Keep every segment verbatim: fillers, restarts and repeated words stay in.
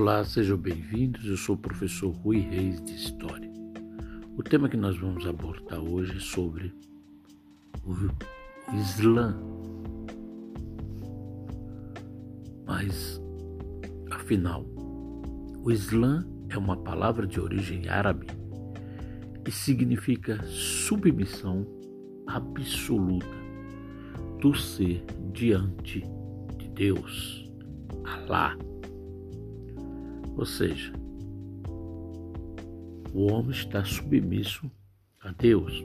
Olá, sejam bem-vindos. Eu sou o professor Rui Reis de História. O tema que nós vamos abordar hoje é sobre o Islã. Mas, afinal, o Islã é uma palavra de origem árabe e significa submissão absoluta do ser diante de Deus, Alá. Ou seja, o homem está submisso a Deus.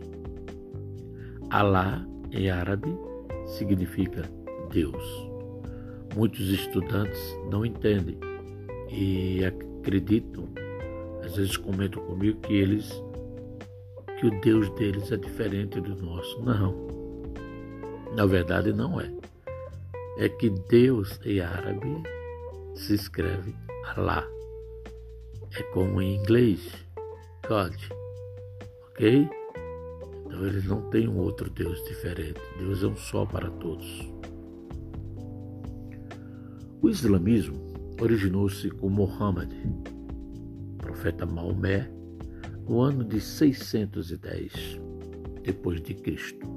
Alá, em árabe, significa Deus. Muitos estudantes não entendem e acreditam, às vezes comentam comigo que eles, que o Deus deles é diferente do nosso. Não, na verdade não é. É que Deus em árabe se escreve Alá. É como em inglês, God, ok? Então eles não têm um outro Deus diferente. Deus é um só para todos. O islamismo originou-se com Muhammad, profeta Maomé, no ano de seiscentos e dez depois de Cristo.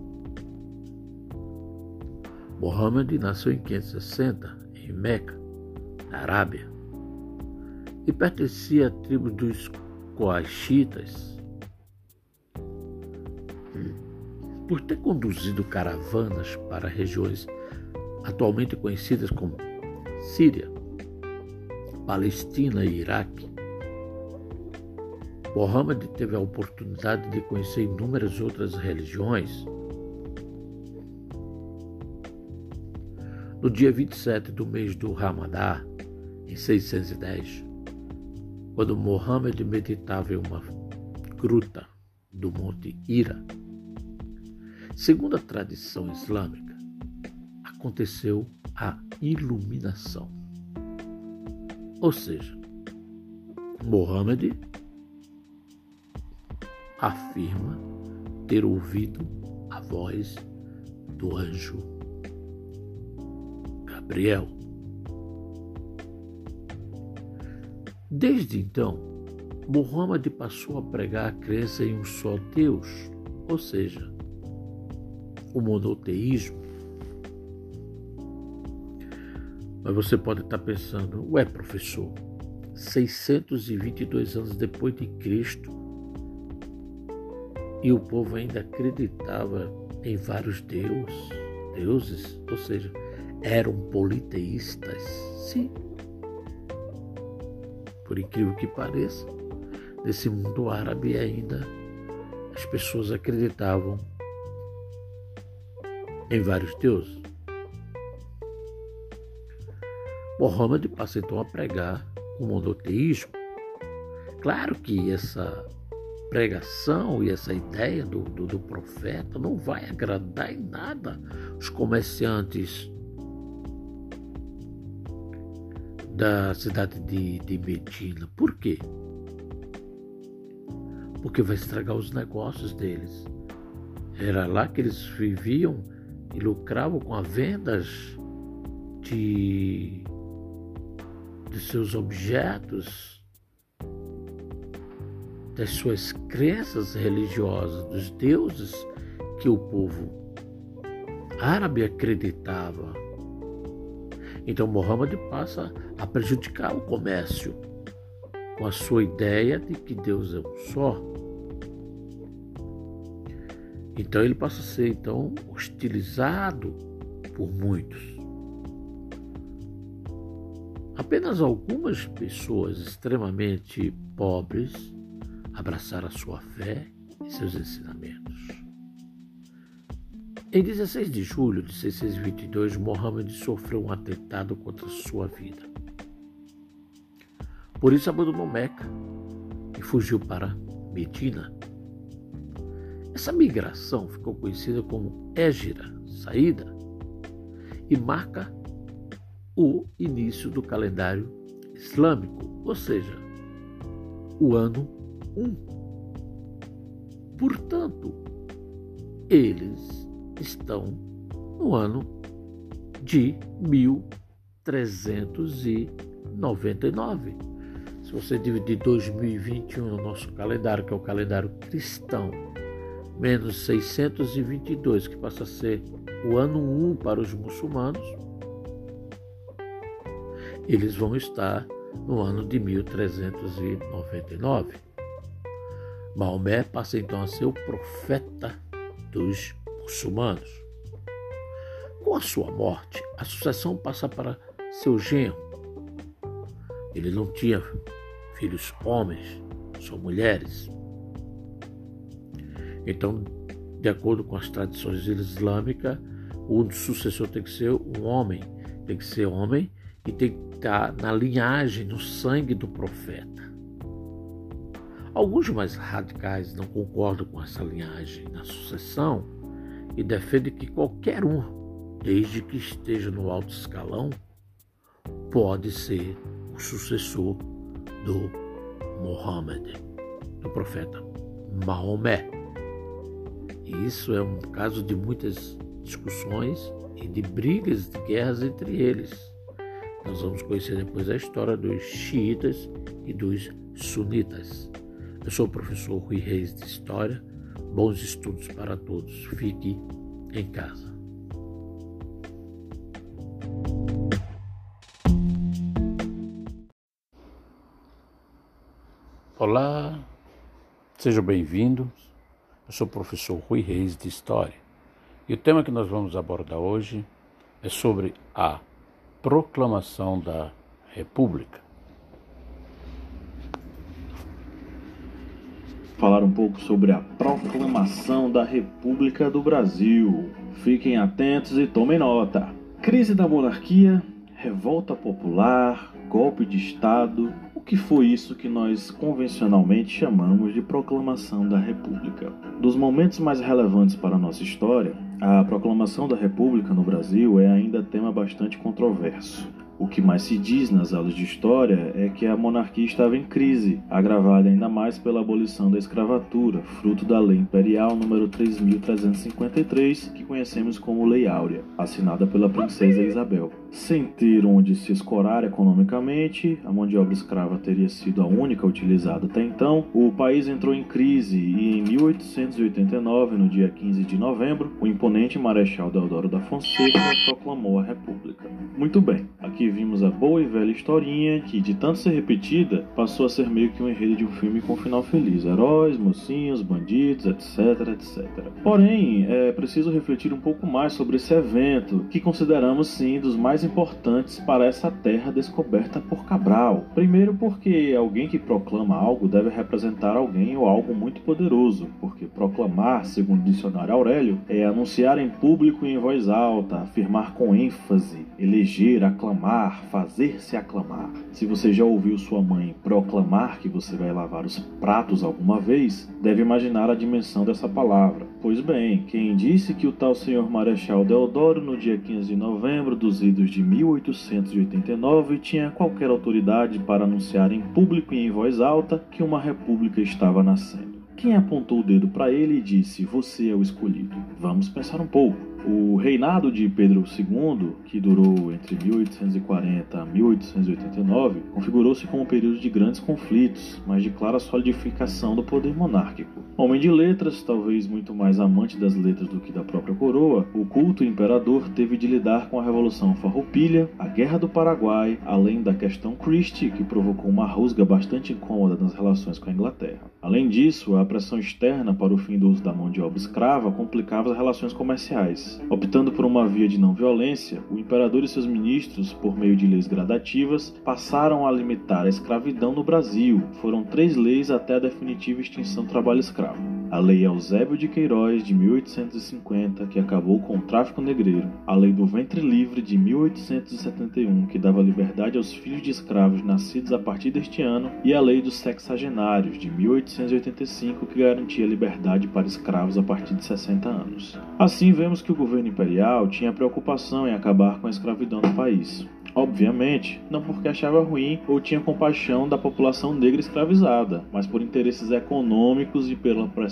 Muhammad nasceu em quinhentos e sessenta em Meca, na Arábia, e pertencia à tribo dos Quraishitas. Por ter conduzido caravanas para regiões atualmente conhecidas como Síria, Palestina e Iraque, Muhammad teve a oportunidade de conhecer inúmeras outras religiões. No dia vinte e sete do mês do Ramadã, em seiscentos e dez, quando Muhammad meditava em uma gruta do Monte Hira, segundo a tradição islâmica, aconteceu a iluminação. Ou seja, Muhammad afirma ter ouvido a voz do anjo Gabriel. Desde então, Muhammad passou a pregar a crença em um só Deus, ou seja, o monoteísmo. Mas você pode estar pensando, ué, professor, seiscentos e vinte e dois anos depois de Cristo e o povo ainda acreditava em vários deus, deuses, ou seja, eram politeístas. Sim. Por incrível que pareça, nesse mundo árabe ainda as pessoas acreditavam em vários deuses. Muhammad passa então a pregar o monoteísmo. Claro que essa pregação e essa ideia do, do, do profeta não vai agradar em nada os comerciantes da cidade de, de Medina. Por quê? Porque vai estragar os negócios deles. Era lá que eles viviam e lucravam com as vendas de, de seus objetos, das suas crenças religiosas, dos deuses que o povo árabe acreditava. Então Muhammad passa a prejudicar o comércio com a sua ideia de que Deus é um só. Então ele passa a ser então hostilizado por muitos. Apenas algumas pessoas extremamente pobres abraçaram a sua fé e seus ensinamentos. Em dezesseis de julho de seiscentos e vinte e dois, Muhammad sofreu um atentado contra sua vida. Por isso abandonou Meca e fugiu para Medina. Essa migração ficou conhecida como Hégira, saída, e marca o início do calendário islâmico, ou seja, o ano um. Portanto, eles estão no ano de mil trezentos e noventa e nove. Se você dividir dois mil e vinte e um no nosso calendário, que é o calendário cristão, menos seiscentos e vinte e dois, que passa a ser o ano um para os muçulmanos, eles vão estar no ano de mil trezentos e noventa e nove. Maomé passa então a ser o profeta dos muçulmanos. Com a sua morte, a sucessão passa para seu genro. Ele não tinha filhos homens, só mulheres. Então, de acordo com as tradições islâmicas, o sucessor tem que ser um homem, tem que ser homem e tem que estar na linhagem, no sangue do profeta. Alguns mais radicais não concordam com essa linhagem na sucessão e defendem que qualquer um, desde que esteja no alto escalão, pode ser o sucessor do Muhammad, do profeta Maomé. E isso é um caso de muitas discussões e de brigas, de guerras entre eles. Nós vamos conhecer depois a história dos xiitas e dos sunitas. Eu sou o professor Rui Reis de História. Bons estudos para todos. Fique em casa. Olá, sejam bem-vindos. Eu sou o professor Rui Reis de História. E o tema que nós vamos abordar hoje é sobre a Proclamação da República. Falar um pouco sobre a Proclamação da República do Brasil. Fiquem atentos e tomem nota. Crise da monarquia, revolta popular, golpe de Estado. O que foi isso que nós convencionalmente chamamos de Proclamação da República? Dos momentos mais relevantes para a nossa história, a Proclamação da República no Brasil é ainda tema bastante controverso. O que mais se diz nas aulas de história é que a monarquia estava em crise, agravada ainda mais pela abolição da escravatura, fruto da Lei Imperial número três mil trezentos e cinquenta e três, que conhecemos como Lei Áurea, assinada pela princesa Isabel. Sem ter onde se escorar economicamente, a mão de obra escrava teria sido a única utilizada até então, o país entrou em crise e em mil oitocentos e oitenta e nove, no dia quinze de novembro, o imponente Marechal Deodoro da Fonseca proclamou a República. Muito bem, aqui vimos a boa e velha historinha que, de tanto ser repetida, passou a ser meio que um enredo de um filme com um final feliz. Heróis, mocinhos, bandidos, etc, etcétera. Porém, é preciso refletir um pouco mais sobre esse evento, que consideramos sim dos mais importantes para essa terra descoberta por Cabral. Primeiro porque alguém que proclama algo deve representar alguém ou algo muito poderoso, porque proclamar, segundo o dicionário Aurélio, é anunciar em público e em voz alta, afirmar com ênfase, eleger, aclamar, fazer-se aclamar. Se você já ouviu sua mãe proclamar que você vai lavar os pratos alguma vez, deve imaginar a dimensão dessa palavra. Pois bem, quem disse que o tal senhor Marechal Deodoro, no dia quinze de novembro dos idos de mil oitocentos e oitenta e nove, tinha qualquer autoridade para anunciar em público e em voz alta que uma república estava nascendo? Quem apontou o dedo para ele e disse: "Você é o escolhido"? Vamos pensar um pouco. O reinado de Pedro segundo, que durou entre mil oitocentos e quarenta a mil oitocentos e oitenta e nove, configurou-se como um período de grandes conflitos, mas de clara solidificação do poder monárquico. Homem de letras, talvez muito mais amante das letras do que da própria coroa, o culto imperador teve de lidar com a Revolução Farroupilha, a Guerra do Paraguai, além da questão Christie, que provocou uma rusga bastante incômoda nas relações com a Inglaterra. Além disso, a pressão externa para o fim do uso da mão de obra escrava complicava as relações comerciais. Optando por uma via de não violência, o imperador e seus ministros, por meio de leis gradativas, passaram a limitar a escravidão no Brasil. Foram três leis até a definitiva extinção do trabalho escravo. A Lei Eusébio de Queiroz, de mil oitocentos e cinquenta, que acabou com o tráfico negreiro. A Lei do Ventre Livre, de mil oitocentos e setenta e um, que dava liberdade aos filhos de escravos nascidos a partir deste ano. E a Lei dos Sexagenários, de mil oitocentos e oitenta e cinco, que garantia liberdade para escravos a partir de sessenta anos. Assim, vemos que o governo imperial tinha preocupação em acabar com a escravidão no país. Obviamente, não porque achava ruim ou tinha compaixão da população negra escravizada, mas por interesses econômicos e pela pressão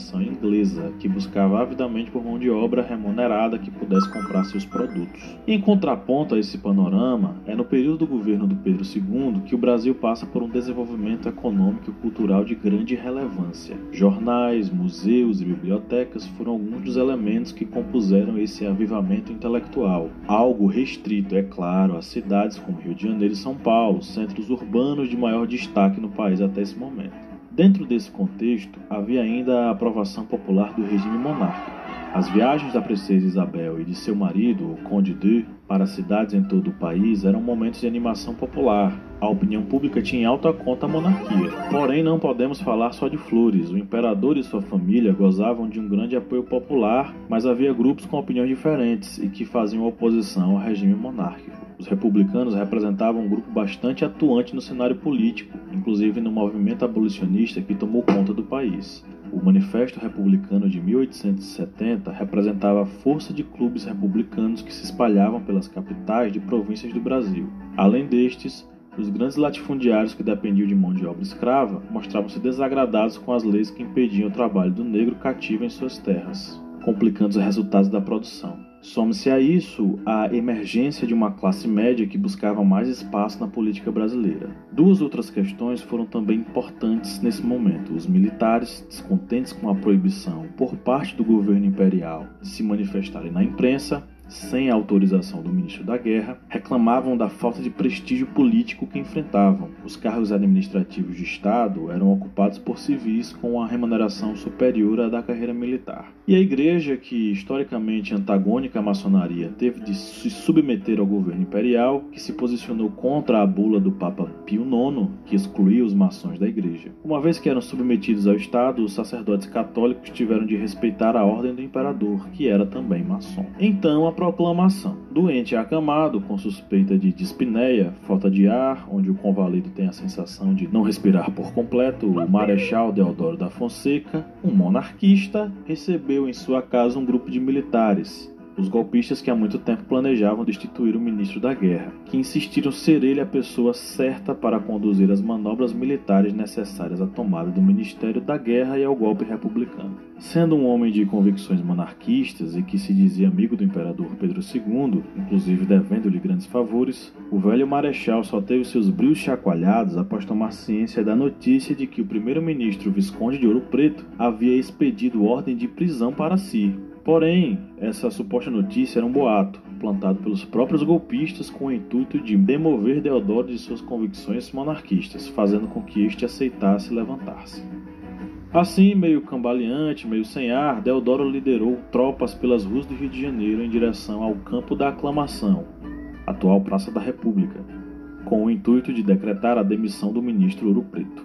imigração inglesa, que buscava avidamente por mão de obra remunerada que pudesse comprar seus produtos. Em contraponto a esse panorama, é no período do governo do Pedro segundo que o Brasil passa por um desenvolvimento econômico e cultural de grande relevância. Jornais, museus e bibliotecas foram alguns dos elementos que compuseram esse avivamento intelectual, algo restrito, é claro, a cidades como Rio de Janeiro e São Paulo, centros urbanos de maior destaque no país até esse momento. Dentro desse contexto, havia ainda a aprovação popular do regime monárquico. As viagens da princesa Isabel e de seu marido, o Conde de, para cidades em todo o país eram momentos de animação popular. A opinião pública tinha em alta conta a monarquia. Porém, não podemos falar só de flores. O imperador e sua família gozavam de um grande apoio popular, mas havia grupos com opiniões diferentes e que faziam oposição ao regime monárquico. Os republicanos representavam um grupo bastante atuante no cenário político, inclusive no movimento abolicionista que tomou conta do país. O Manifesto Republicano de mil oitocentos e setenta representava a força de clubes republicanos que se espalhavam pelas capitais de províncias do Brasil. Além destes, os grandes latifundiários que dependiam de mão de obra escrava mostravam-se desagradados com as leis que impediam o trabalho do negro cativo em suas terras, complicando os resultados da produção. Some-se a isso a emergência de uma classe média que buscava mais espaço na política brasileira. Duas outras questões foram também importantes nesse momento. Os militares, descontentes com a proibição por parte do governo imperial de se manifestarem na imprensa, sem a autorização do ministro da Guerra, reclamavam da falta de prestígio político que enfrentavam. Os cargos administrativos de Estado eram ocupados por civis com uma remuneração superior à da carreira militar. E a Igreja, que historicamente antagônica à maçonaria, teve de se submeter ao governo imperial, que se posicionou contra a bula do Papa Pio nono, que excluía os maçons da Igreja. Uma vez que eram submetidos ao Estado, os sacerdotes católicos tiveram de respeitar a ordem do imperador, que era também maçom. Então, a proclamação. Doente acamado, com suspeita de dispneia, falta de ar, onde o convalido tem a sensação de não respirar por completo, o Marechal Deodoro da Fonseca, um monarquista, recebeu em sua casa um grupo de militares, os golpistas que há muito tempo planejavam destituir o ministro da Guerra, que insistiram ser ele a pessoa certa para conduzir as manobras militares necessárias à tomada do Ministério da Guerra e ao golpe republicano. Sendo um homem de convicções monarquistas e que se dizia amigo do imperador Pedro segundo, inclusive devendo-lhe grandes favores, o velho marechal só teve seus brios chacoalhados após tomar ciência da notícia de que o primeiro-ministro Visconde de Ouro Preto havia expedido ordem de prisão para si. Porém, essa suposta notícia era um boato, plantado pelos próprios golpistas com o intuito de demover Deodoro de suas convicções monarquistas, fazendo com que este aceitasse levantar-se. Assim, meio cambaleante, meio sem ar, Deodoro liderou tropas pelas ruas do Rio de Janeiro em direção ao Campo da Aclamação, atual Praça da República, com o intuito de decretar a demissão do ministro Ouro Preto.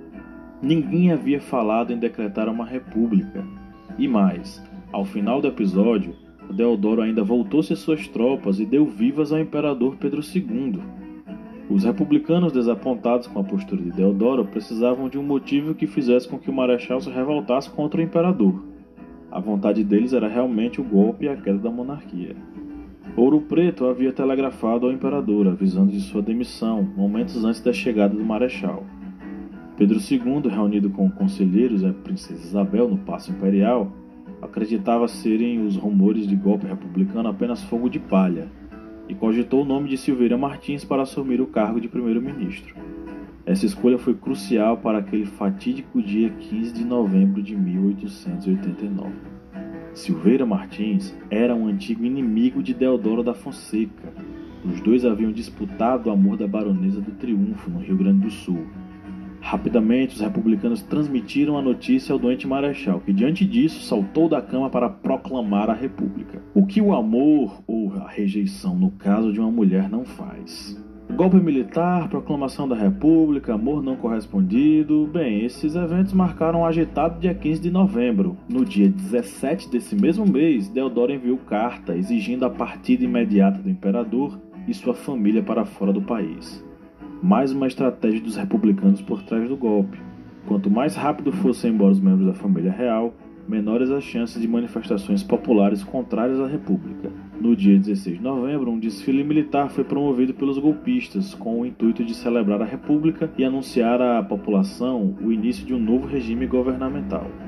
Ninguém havia falado em decretar uma república, e mais, ao final do episódio, Deodoro ainda voltou-se às suas tropas e deu vivas ao imperador Pedro segundo. Os republicanos, desapontados com a postura de Deodoro, precisavam de um motivo que fizesse com que o marechal se revoltasse contra o imperador. A vontade deles era realmente o golpe e a queda da monarquia. Ouro Preto havia telegrafado ao imperador, avisando de sua demissão, momentos antes da chegada do marechal. Pedro segundo, reunido com conselheiros e a princesa Isabel no Paço Imperial, acreditava serem os rumores de golpe republicano apenas fogo de palha, e cogitou o nome de Silveira Martins para assumir o cargo de primeiro-ministro. Essa escolha foi crucial para aquele fatídico dia quinze de novembro de mil oitocentos e oitenta e nove. Silveira Martins era um antigo inimigo de Deodoro da Fonseca. Os dois haviam disputado o amor da baronesa do Triunfo, no Rio Grande do Sul. Rapidamente, os republicanos transmitiram a notícia ao doente marechal, que diante disso saltou da cama para proclamar a república. O que o amor, ou a rejeição no caso de uma mulher, não faz. Golpe militar, proclamação da república, amor não correspondido... Bem, esses eventos marcaram um agitado dia quinze de novembro. No dia dezessete desse mesmo mês, Deodoro enviou carta exigindo a partida imediata do imperador e sua família para fora do país. Mais uma estratégia dos republicanos por trás do golpe. Quanto mais rápido fossem embora os membros da família real, menores as chances de manifestações populares contrárias à república. No dia dezesseis de novembro, um desfile militar foi promovido pelos golpistas, com o intuito de celebrar a república e anunciar à população o início de um novo regime governamental.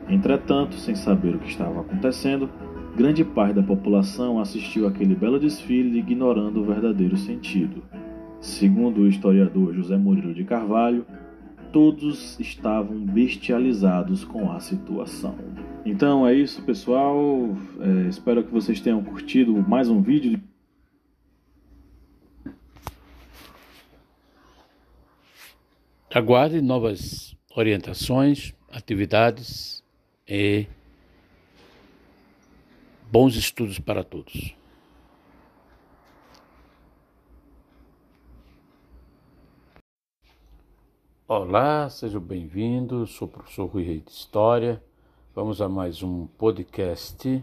Entretanto, sem saber o que estava acontecendo, grande parte da população assistiu àquele belo desfile ignorando o verdadeiro sentido. Segundo o historiador José Murilo de Carvalho, todos estavam bestializados com a situação. Então é isso, pessoal. É, espero que vocês tenham curtido mais um vídeo. Aguarde novas orientações, atividades e bons estudos para todos. Olá, sejam bem-vindos. Sou o professor Rui Rei de História. Vamos a mais um podcast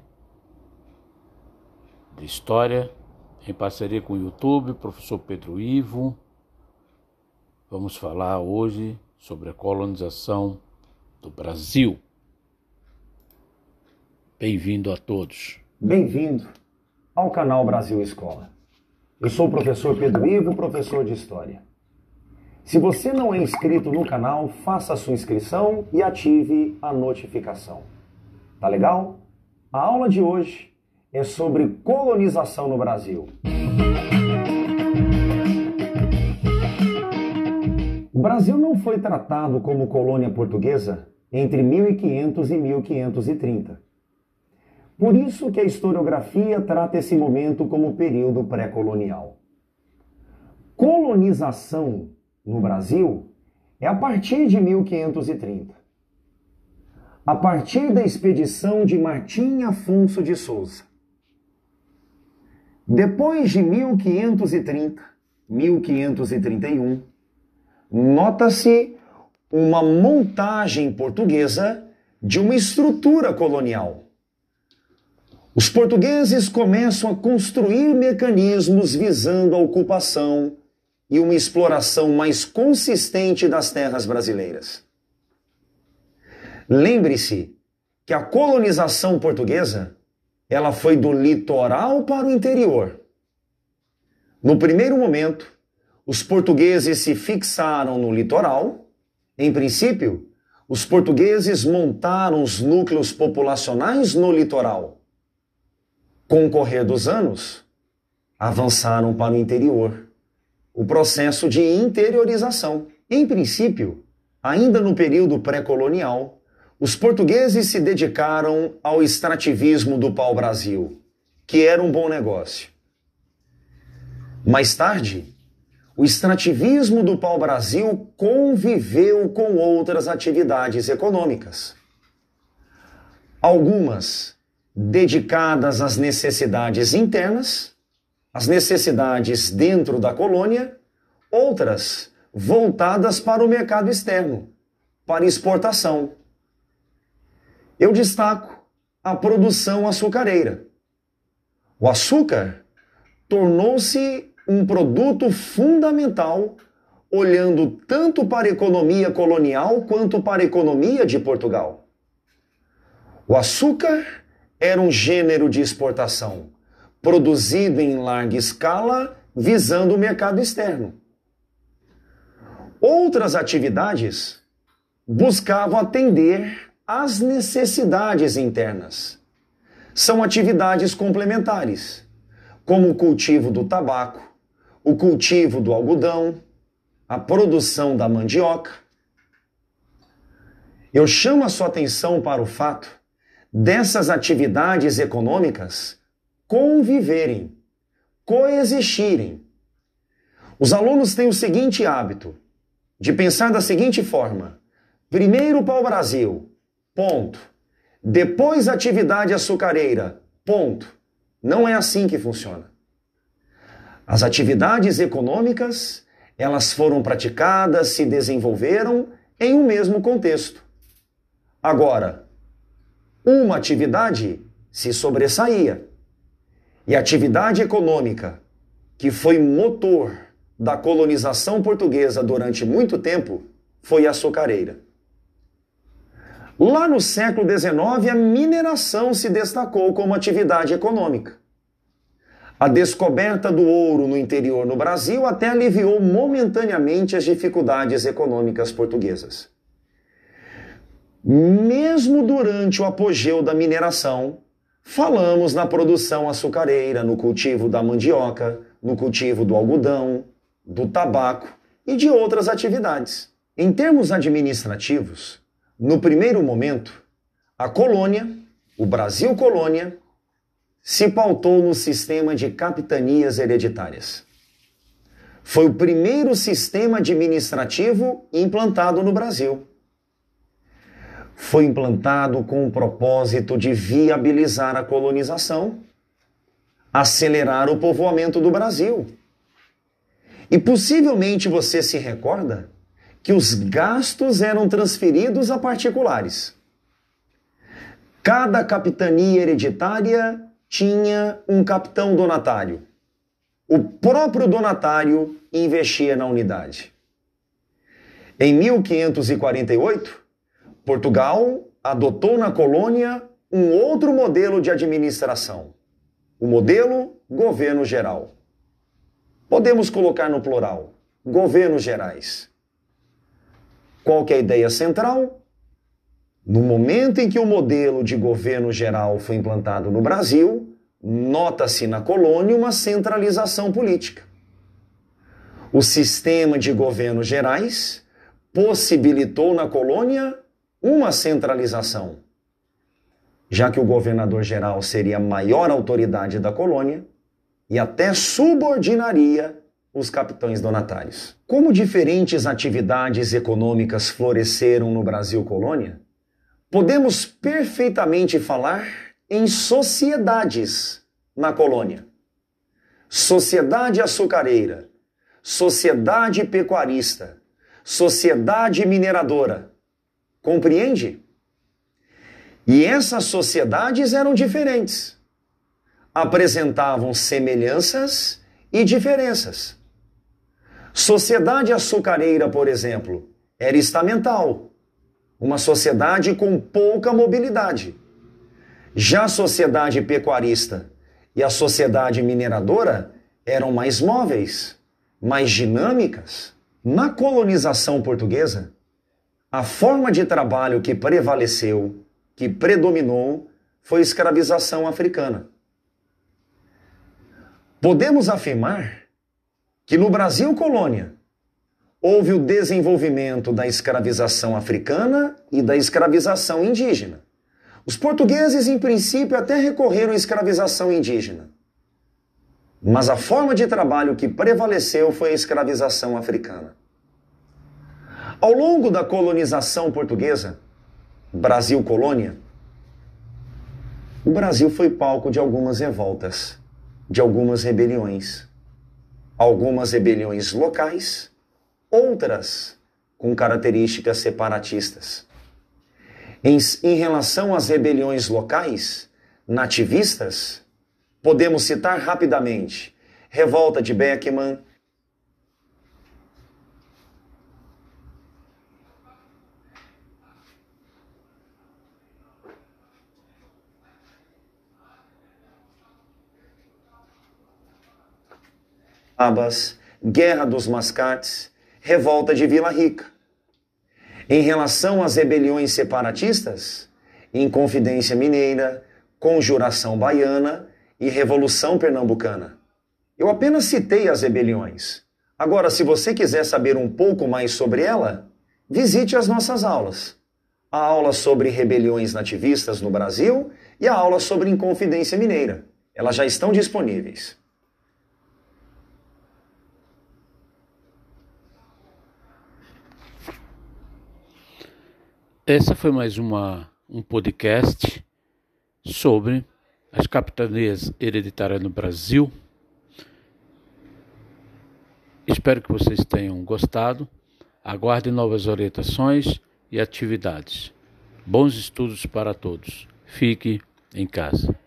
de História em parceria com o YouTube, professor Pedro Ivo. Vamos falar hoje sobre a colonização do Brasil. Bem-vindo a todos. Bem-vindo ao canal Brasil Escola. Eu sou o professor Pedro Ivo, professor de História. Se você não é inscrito no canal, faça a sua inscrição e ative a notificação. Tá legal? A aula de hoje é sobre colonização no Brasil. O Brasil não foi tratado como colônia portuguesa entre mil e quinhentos e mil quinhentos e trinta. Por isso que a historiografia trata esse momento como período pré-colonial. Colonização no Brasil é a partir de mil quinhentos e trinta. A partir da expedição de Martim Afonso de Souza. Depois de mil quinhentos e trinta, mil quinhentos e trinta e um, nota-se uma montagem portuguesa de uma estrutura colonial. Os portugueses começam a construir mecanismos visando a ocupação e uma exploração mais consistente das terras brasileiras. Lembre-se que a colonização portuguesa ela foi do litoral para o interior. No primeiro momento, os portugueses se fixaram no litoral. Em princípio, os portugueses montaram os núcleos populacionais no litoral. Com o correr dos anos, avançaram para o interior. O processo de interiorização. Em princípio, ainda no período pré-colonial, os portugueses se dedicaram ao extrativismo do pau-brasil, que era um bom negócio. Mais tarde, o extrativismo do pau-brasil conviveu com outras atividades econômicas. Algumas dedicadas às necessidades internas, às necessidades dentro da colônia, outras voltadas para o mercado externo, para exportação. Eu destaco a produção açucareira. O açúcar tornou-se um produto fundamental, olhando tanto para a economia colonial quanto para a economia de Portugal. O açúcar era um gênero de exportação, produzido em larga escala, visando o mercado externo. Outras atividades buscavam atender às necessidades internas. São atividades complementares, como o cultivo do tabaco, o cultivo do algodão, a produção da mandioca. Eu chamo a sua atenção para o fato dessas atividades econômicas conviverem, coexistirem. Os alunos têm o seguinte hábito, de pensar da seguinte forma: primeiro o pau-brasil, ponto. Depois a atividade açucareira, ponto. Não é assim que funciona. As atividades econômicas, elas foram praticadas, se desenvolveram em um mesmo contexto. Agora, uma atividade se sobressaía. E a atividade econômica, que foi motor da colonização portuguesa durante muito tempo, foi a açucareira. Lá no século dezenove, a mineração se destacou como atividade econômica. A descoberta do ouro no interior no Brasil até aliviou momentaneamente as dificuldades econômicas portuguesas. Mesmo durante o apogeu da mineração, falamos na produção açucareira, no cultivo da mandioca, no cultivo do algodão, do tabaco e de outras atividades. Em termos administrativos, no primeiro momento, a colônia, o Brasil colônia, se pautou no sistema de capitanias hereditárias. Foi o primeiro sistema administrativo implantado no Brasil. Foi implantado com o propósito de viabilizar a colonização, acelerar o povoamento do Brasil. E possivelmente você se recorda que os gastos eram transferidos a particulares. Cada capitania hereditária tinha um capitão donatário. O próprio donatário investia na unidade. Em mil quinhentos e quarenta e oito, Portugal adotou na colônia um outro modelo de administração, o modelo governo geral. Podemos colocar no plural, governos gerais. Qual que é a ideia central? No momento em que o modelo de governo geral foi implantado no Brasil, nota-se na colônia uma centralização política. O sistema de governos gerais possibilitou na colônia uma centralização, já que o governador geral seria a maior autoridade da colônia e até subordinaria os capitães donatários. Como diferentes atividades econômicas floresceram no Brasil colônia, podemos perfeitamente falar em sociedades na colônia. Sociedade açucareira, sociedade pecuarista, sociedade mineradora. Compreende? E essas sociedades eram diferentes. Apresentavam semelhanças e diferenças. Sociedade açucareira, por exemplo, era estamental, uma sociedade com pouca mobilidade. Já a sociedade pecuarista e a sociedade mineradora eram mais móveis, mais dinâmicas. Na colonização portuguesa, a forma de trabalho que prevaleceu, que predominou, foi a escravização africana. Podemos afirmar que no Brasil colônia houve o desenvolvimento da escravização africana e da escravização indígena. Os portugueses, em princípio, até recorreram à escravização indígena. Mas a forma de trabalho que prevaleceu foi a escravização africana. Ao longo da colonização portuguesa, Brasil colônia, o Brasil foi palco de algumas revoltas, de algumas rebeliões. Algumas rebeliões locais, outras com características separatistas. Em, em relação às rebeliões locais, nativistas, podemos citar rapidamente Revolta de Beckman, Abas, Guerra dos Mascates, Revolta de Vila Rica. Em relação às rebeliões separatistas, Inconfidência Mineira, Conjuração Baiana e Revolução Pernambucana. Eu apenas citei as rebeliões. Agora, se você quiser saber um pouco mais sobre ela, visite as nossas aulas. A aula sobre rebeliões nativistas no Brasil e a aula sobre Inconfidência Mineira. Elas já estão disponíveis. Essa foi mais uma, um podcast sobre as capitanias hereditárias no Brasil. Espero que vocês tenham gostado. Aguardem novas orientações e atividades. Bons estudos para todos. Fique em casa.